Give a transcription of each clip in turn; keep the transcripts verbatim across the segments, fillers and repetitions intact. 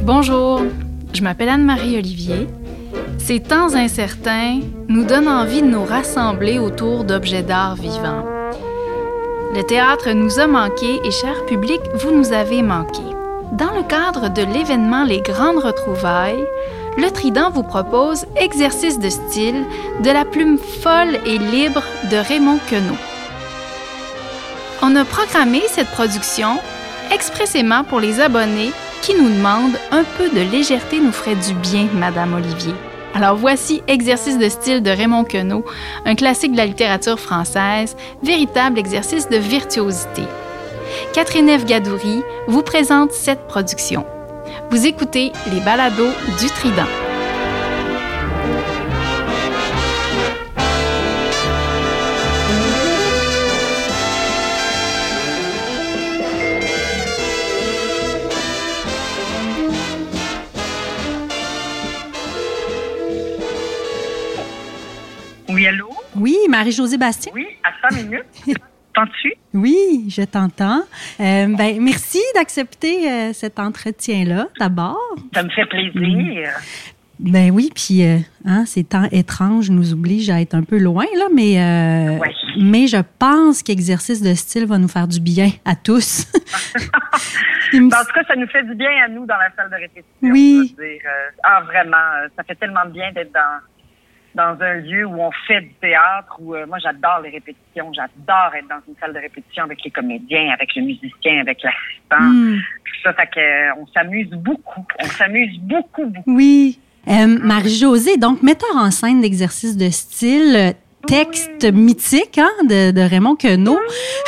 Bonjour, je m'appelle Anne-Marie Olivier. Ces temps incertains nous donnent envie de nous rassembler autour d'objets d'art vivants. Le théâtre nous a manqué et, cher public, vous nous avez manqué. Dans le cadre de l'événement Les Grandes Retrouvailles, le Trident vous propose Exercice de style de la plume folle et libre de Raymond Queneau. On a programmé cette production expressément pour les abonnés qui nous demandent un peu de légèreté nous ferait du bien, Madame Olivier. Alors voici Exercice de style de Raymond Queneau, un classique de la littérature française, véritable exercice de virtuosité. Catherine Ève Gadoury vous présente cette production. Vous écoutez les balados du Trident. Oui, allô? Oui, Marie-Josée Bastien. Oui, à cinq minutes. T'entends-tu? Oui, je t'entends. Euh, ben, merci d'accepter euh, cet entretien-là, d'abord. Ça me fait plaisir. Ben oui, puis euh, hein, ces temps étranges nous obligent à être un peu loin, là, mais, euh, ouais. mais je pense qu'exercice de style va nous faire du bien à tous. En tout cas, ça nous fait du bien à nous dans la salle de répétition. Oui. Je veux dire. Ah, vraiment, ça fait tellement de bien d'être dans... dans un lieu où on fait du théâtre, où euh, moi, j'adore les répétitions. J'adore être dans une salle de répétition avec les comédiens, avec le musicien, avec l'assistant. Mm. Tout ça, fait que, euh, on s'amuse beaucoup. On s'amuse beaucoup, beaucoup. Oui. Euh, Marie-Josée, donc, metteur en scène d'exercice de style, texte oui. mythique hein, de, de Raymond Queneau.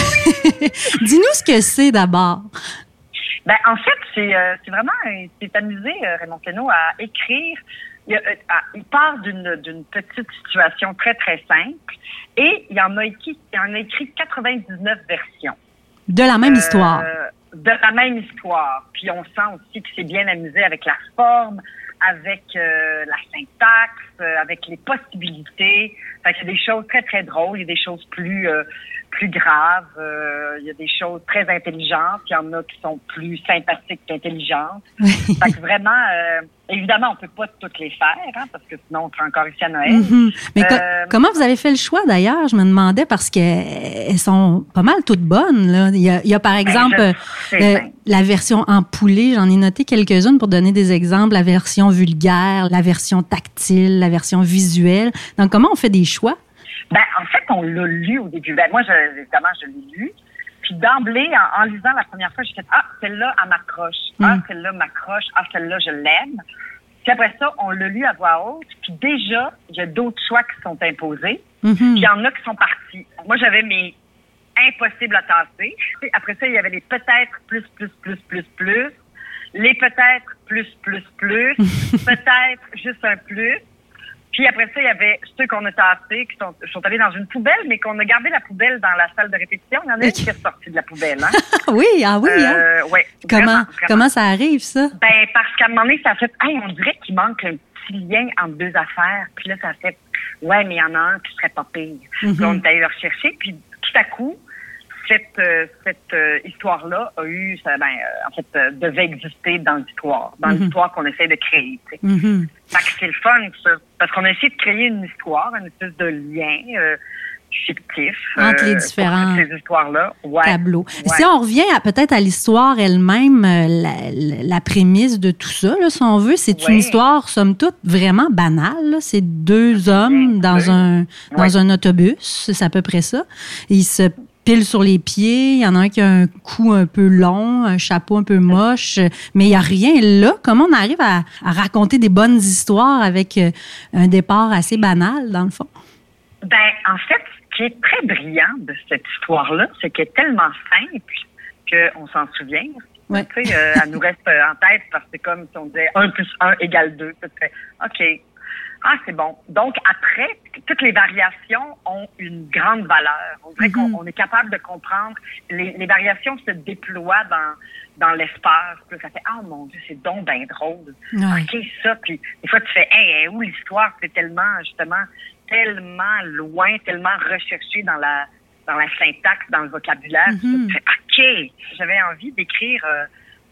Oui. Dis-nous ce que c'est d'abord. Ben, en fait, c'est, euh, c'est vraiment... C'est amusé, euh, Raymond Queneau, à écrire... Il, euh, il part d'une, d'une petite situation très, très simple et il en a écrit, il en a écrit quatre-vingt-dix-neuf versions. De la même euh, histoire. De la même histoire. Puis on sent aussi qu'il s'est bien amusé avec la forme, avec euh, la syntaxe, euh, avec les possibilités. Fait qu'il y a des choses très, très drôles, il y a des choses plus... Euh, plus graves, euh, il y a des choses très intelligentes, il y en a qui sont plus sympathiques qu'intelligentes. Oui. Fait que vraiment, euh, évidemment, on peut pas toutes les faire, hein, parce que sinon on sera encore ici à Noël. Mm-hmm. Mais euh, co- comment vous avez fait le choix d'ailleurs? Je me demandais parce qu'elles sont pas mal toutes bonnes. Là. Il, y a, il y a par exemple ben, euh, la version en poulet, j'en ai noté quelques-unes pour donner des exemples, la version vulgaire, la version tactile, la version visuelle. Donc comment on fait des choix? Ben, en fait, on l'a lu au début. Ben, moi, je, évidemment, je l'ai lu. Puis d'emblée, en, en lisant la première fois, j'ai fait « Ah, celle-là, elle m'accroche. Ah, mm. celle-là m'accroche. Ah, celle-là, je l'aime. » Puis après ça, on l'a lu à voix haute. Puis déjà, il y a d'autres choix qui sont imposés. Mm-hmm. Puis il y en a qui sont partis. Moi, j'avais mes impossibles à tasser. Puis après ça, il y avait les peut-être plus, plus, plus, plus, plus. Les peut-être plus, plus, plus. Peut-être juste un plus. Puis après ça, il y avait ceux qu'on a tassés, qui sont, sont allés dans une poubelle, mais qu'on a gardé la poubelle dans la salle de répétition. Il y en a une qui est sortie de la poubelle. Hein? oui, ah oui, euh, hein? Ouais, comment, vraiment, vraiment. comment ça arrive, ça? Ben, parce qu'à un moment donné, ça a fait, hey, on dirait qu'il manque un petit lien entre deux affaires. Puis là, ça a fait, ouais, mais il y en a un qui serait pas pire. Mm-hmm. Puis on est allé le rechercher, puis tout à coup, cette, euh, cette euh, histoire-là a eu, ça, ben, euh, en fait, euh, devait exister dans l'histoire, dans mm-hmm. l'histoire qu'on essaie de créer. Tu sais. Mm-hmm. Fait que c'est le fun, ça. Parce qu'on a essayé de créer une histoire, une espèce de lien euh, fictif. Entre euh, les différents ces histoires-là. Ouais. tableaux. Ouais. Si on revient à, peut-être à l'histoire elle-même, la, la, la prémisse de tout ça, là, si on veut, c'est ouais. une histoire, somme toute, vraiment banale. Là. C'est deux hommes dans, oui. un, dans ouais. un autobus, c'est à peu près ça. Ils se pile sur les pieds, il y en a un qui a un cou un peu long, un chapeau un peu moche, mais il n'y a rien là. Comment on arrive à, à raconter des bonnes histoires avec un départ assez banal, dans le fond? Ben, en fait, ce qui est très brillant de cette histoire-là, c'est qu'elle est tellement simple qu'on s'en souvient. Ouais. Tu sais, euh, elle nous reste en tête parce que c'est comme si on disait un plus un égale deux. OK. Ah, c'est bon. Donc, après, toutes les variations ont une grande valeur. On dirait mm-hmm. qu'on on est capable de comprendre. Les, les variations se déploient dans, dans l'espace. Puis ça fait, ah, oh, mon Dieu, c'est donc bien drôle. Ouais. OK, ça. Puis des fois, tu fais, hey, hey, où l'histoire? C'est tellement, justement, tellement loin, tellement recherché dans la, dans la syntaxe, dans le vocabulaire. Mm-hmm. Tu fais, OK. J'avais envie d'écrire... Euh,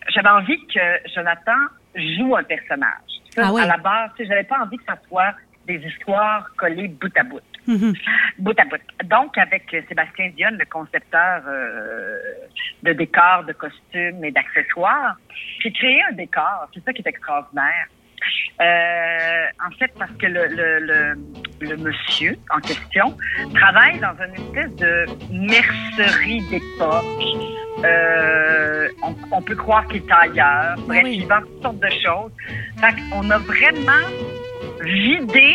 j'avais envie que Jonathan joue un personnage. Ça, ah oui. À la base, tu sais, j'avais pas envie que ça soit des histoires collées bout à bout. Mm-hmm. Bout à bout. Donc, avec Sébastien Dionne, le concepteur euh, de décors, de costumes et d'accessoires, j'ai créé un décor. C'est ça qui est extraordinaire. Euh, en fait, parce que le, le, le, le monsieur en question travaille dans une espèce de mercerie d'époque. Euh, on, on peut croire qu'il est ailleurs. Bref, oui. il vend toutes sortes de choses. Fait qu'on a vraiment vidé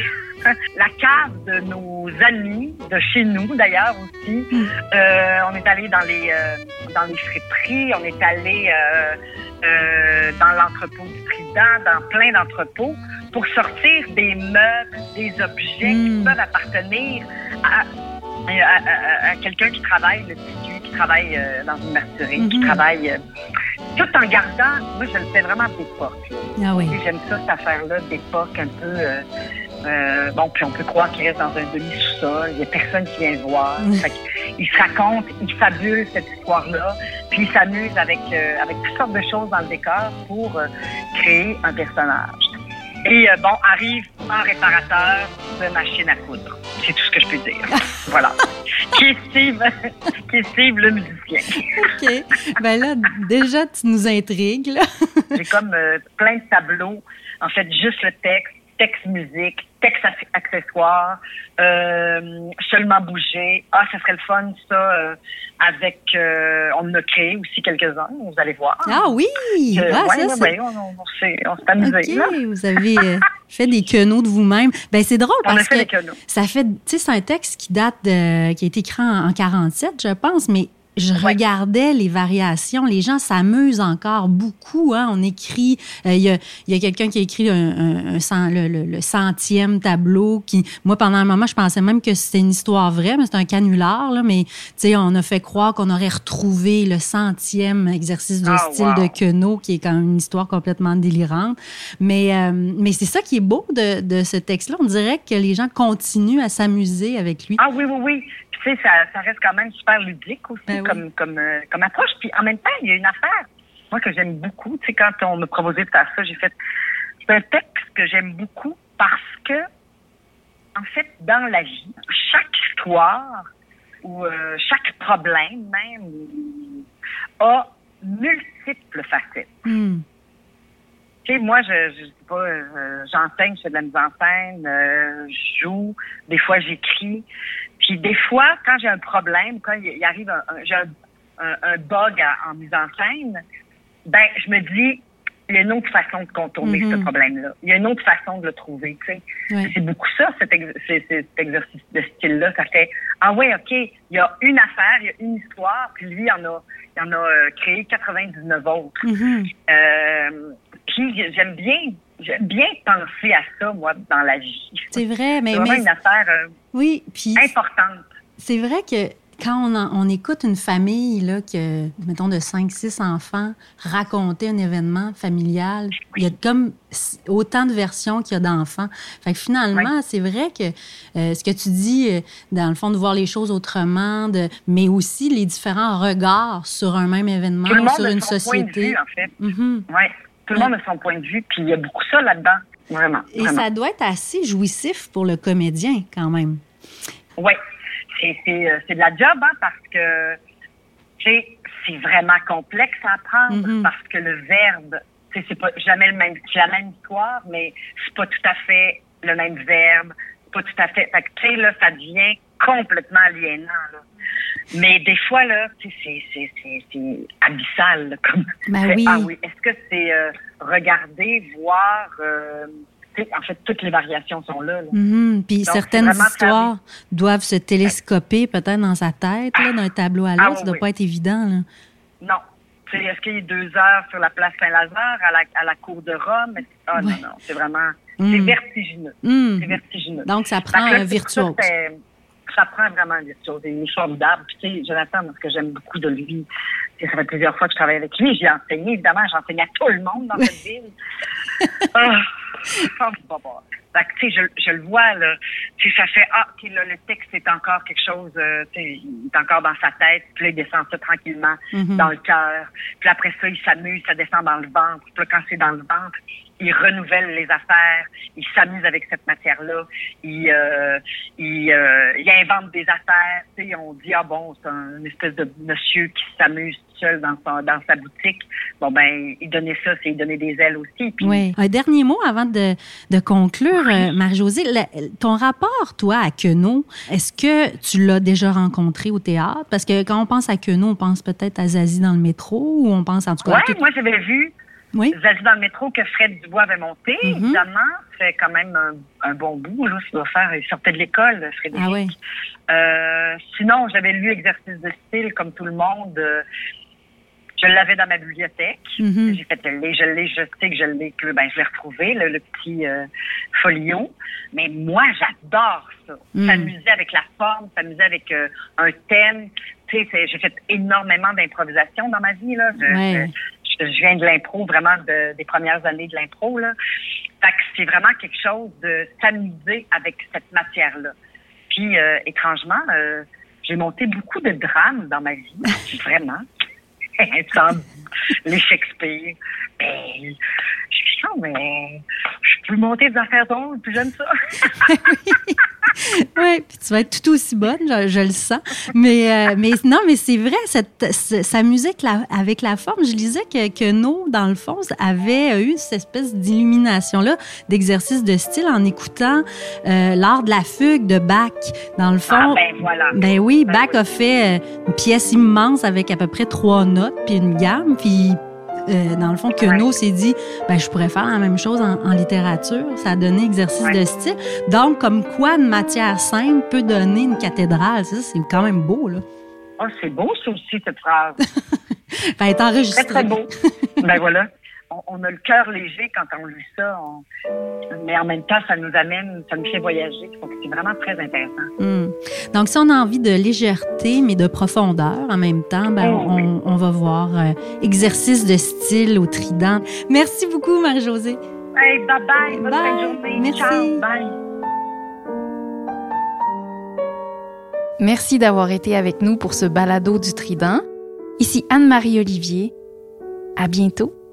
la cave de nos amis, de chez nous d'ailleurs aussi. Mm. Euh, on est allé dans les euh, dans les friperies, on est allé euh, euh, dans l'entrepôt du Trident, dans plein d'entrepôts, pour sortir des meubles, des objets mm. qui peuvent appartenir à, à, à, à quelqu'un qui travaille le tissu, qui travaille euh, dans une mercerie, mm-hmm. qui travaille euh, tout en gardant, moi je le fais vraiment d'époque. Ah oui. J'aime ça, cette affaire-là d'époque un peu... Euh, Euh, bon, puis on peut croire qu'il reste dans un demi-sous-sol, il n'y a personne qui vient le voir. Fait il se raconte, il fabule cette histoire-là, puis il s'amuse avec, euh, avec toutes sortes de choses dans le décor pour euh, créer un personnage. Et euh, bon, arrive un réparateur de machine à coudre. C'est tout ce que je peux dire. Voilà. Qui est Steve, qui est Steve le musicien. OK. Ben là, déjà, tu nous intrigues, là. J'ai comme euh, plein de tableaux. En fait, juste le texte. Texte musique, texte accessoire, euh, seulement bouger. Ah, ça serait le fun, ça, euh, avec... Euh, on en a créé aussi quelques-uns, vous allez voir. Ah oui! Euh, ah, ouais, ça, ouais, ouais, on, on, s'est, on s'est amusé. OK, là. Vous avez euh, fait des quenaux de vous-même. Ben c'est drôle parce on a fait que des ça fait... Tu sais, c'est un texte qui date de... qui a été écrit en, en quarante-sept, je pense, mais... Je ouais. regardais les variations. Les gens s'amusent encore beaucoup. Hein. On écrit... Il euh, y a, y a quelqu'un qui a écrit un, un, un cent, le, le, le centième tableau qui... Moi, pendant un moment, je pensais même que c'était une histoire vraie, mais c'est un canular. Là, mais on a fait croire qu'on aurait retrouvé le centième exercice de oh, style wow. de Queneau, qui est quand même une histoire complètement délirante. Mais, euh, mais c'est ça qui est beau de, de ce texte-là. On dirait que les gens continuent à s'amuser avec lui. Ah oui, oui, oui. Tu sais, ça, ça reste quand même super ludique aussi ben comme, oui. comme, euh, comme approche. Puis en même temps, il y a une affaire, moi, que j'aime beaucoup. Tu sais, quand on m'a proposé de faire ça, j'ai fait... C'est un texte que j'aime beaucoup parce que, en fait, dans la vie, chaque histoire ou euh, chaque problème même a multiples facettes. Mm. Tu sais, moi, je, je sais pas, euh, j'enseigne, je fais de la mise en scène, euh, je joue, des fois j'écris. Puis des fois, quand j'ai un problème, quand il arrive un, un, j'ai un, un, un bug à, en mise en scène, ben je me dis, il y a une autre façon de contourner mm-hmm. ce problème-là. Il y a une autre façon de le trouver, tu sais. Ouais. C'est beaucoup ça, cet, ex- c'est, cet exercice de style-là. Ça fait, ah ouais, OK, il y a une affaire, il y a une histoire, puis lui, il en a, il en a euh, créé quatre-vingt-dix-neuf autres. Mm-hmm. Euh, puis j'aime bien... J'aime bien penser à ça, moi, dans la vie. C'est vrai, mais... C'est vraiment mais... une affaire euh, oui, puis importante. C'est vrai que quand on, en, on écoute une famille, là, que, mettons, de cinq six enfants, raconter un événement familial, oui. il y a comme autant de versions qu'il y a d'enfants. Fait que finalement, oui. c'est vrai que euh, ce que tu dis, euh, dans le fond, de voir les choses autrement, de, mais aussi les différents regards sur un même événement, Tout le monde sur a une son société. Point de vue, en fait. Mm-hmm. Oui. Tout le ouais. monde a son point de vue, puis il y a beaucoup ça là-dedans, vraiment. Et vraiment. ça doit être assez jouissif pour le comédien, quand même. Oui, c'est, c'est, c'est de la job, hein, parce que c'est, c'est vraiment complexe à apprendre, mm-hmm. parce que le verbe, c'est pas jamais le même, c'est la même histoire, mais c'est pas tout à fait le même verbe, c'est pas tout à fait, fait que, tu sais, là, ça devient complètement aliénant, là. Mais des fois, là, tu sais, c'est, c'est, c'est, c'est abyssal, là, comme... Ben oui. Ah oui, est-ce que c'est euh, regarder, voir... Euh, en fait, toutes les variations sont là. là. Mm-hmm. Puis donc, certaines histoires doivent se télescoper peut-être dans sa tête, là, d'un tableau à l'autre. Ah, oui, ça ne doit oui. pas être évident, là. Non. Tu sais, est-ce qu'il y a deux heures sur la place Saint-Lazare, à la, à la cour de Rome? Ah oh, ouais. non, non, c'est vraiment... Mm. C'est vertigineux. Mm. C'est vertigineux. Donc, ça prend un virtuose. Ça, ça prend vraiment un virtuose. Il est formidable. Puis, tu sais, Jonathan, ce que j'aime beaucoup de lui, ça fait plusieurs fois que je travaille avec lui. J'ai enseigné, évidemment, j'enseigne à tout le monde dans cette ville. Ah, oh, c'est pas bon. Fait que, tu sais, je, je le vois, là. Tu sais, ça fait, ah, OK, là, le texte est encore quelque chose, euh, tu sais, il est encore dans sa tête. Puis là, il descend ça tranquillement mm-hmm. dans le cœur. Puis après ça, il s'amuse, ça descend dans le ventre. Puis là, quand c'est dans le ventre, il renouvelle les affaires. Il s'amuse avec cette matière-là. Il, euh, il, euh, il invente des affaires. Tu sais, on dit, ah bon, c'est un une espèce de monsieur qui s'amuse tout seul dans sa, dans sa boutique. Bon, ben, il donnait ça, c'est il donnait des ailes aussi. Puis... Oui. Un dernier mot avant de, de conclure, oui. euh, Marie-Josée. Le, ton rapport, toi, à Queneau, est-ce que tu l'as déjà rencontré au théâtre? Parce que quand on pense à Queneau, on pense peut-être à Zazie dans le métro ou on pense en tout cas... Oui, tout... moi, j'avais vu oui. Zazie dans le métro que Fred Dubois avait monté. Mm-hmm. Évidemment, ça fait quand même un, un bon bout. Là, ça doit faire, il sortait de l'école, Frédéric. Ah oui. Euh, sinon, j'avais lu Exercice de style, comme tout le monde. Euh, je l'avais dans ma bibliothèque. Mm-hmm. J'ai fait le lire, je l'ai, je sais que je l'ai, que ben, je l'ai retrouvé, le, le petit euh, folio. Mais moi, j'adore ça. Mm. S'amuser avec la forme, s'amuser avec euh, un thème. Tu sais, j'ai fait énormément d'improvisation dans ma vie, là. Je, ouais. je, je viens de l'impro, vraiment de, des premières années de l'impro, là. Fait que c'est vraiment quelque chose de s'amuser avec cette matière-là. Puis, euh, étrangement, euh, j'ai monté beaucoup de drames dans ma vie, vraiment. Sans les Shakespeare. Ben, je suis non, mais je peux monter des affaires drôles, puis j'aime ça. Oui, puis tu vas être tout aussi bonne, je, je le sens. Mais, euh, mais non, mais c'est vrai, cette, sa musique là, avec la forme, je lisais que, que No, dans le fond, avait eu cette espèce d'illumination-là, d'exercice de style en écoutant euh, l'art de la fugue de Bach. Dans le fond, ah, ben voilà. Ben oui, ben Bach oui. a fait une pièce immense avec à peu près trois notes puis une gamme, puis Euh, dans le fond, Queneau ouais. s'est dit, ben, je pourrais faire la même chose en, en littérature. Ça a donné exercice ouais. de style. Donc, comme quoi une matière simple peut donner une cathédrale. Ça, c'est quand même beau, là. Oh, c'est beau, ça aussi, cette phrase. Ben, elle est enregistrée. Très, très beau. Ben voilà. On, on a le cœur léger quand on lit ça. On... Mais en même temps, ça nous amène, ça nous fait voyager. Donc, c'est vraiment très intéressant. Mmh. Donc, si on a envie de légèreté, mais de profondeur en même temps, ben, mmh, on, oui. on va voir euh, exercice de style au trident. Merci beaucoup, Marie-Josée. Hey, bye-bye. Bonne fin de journée. Merci. Ciao. Bye. Merci d'avoir été avec nous pour ce balado du Trident. Ici Anne-Marie Olivier. À bientôt.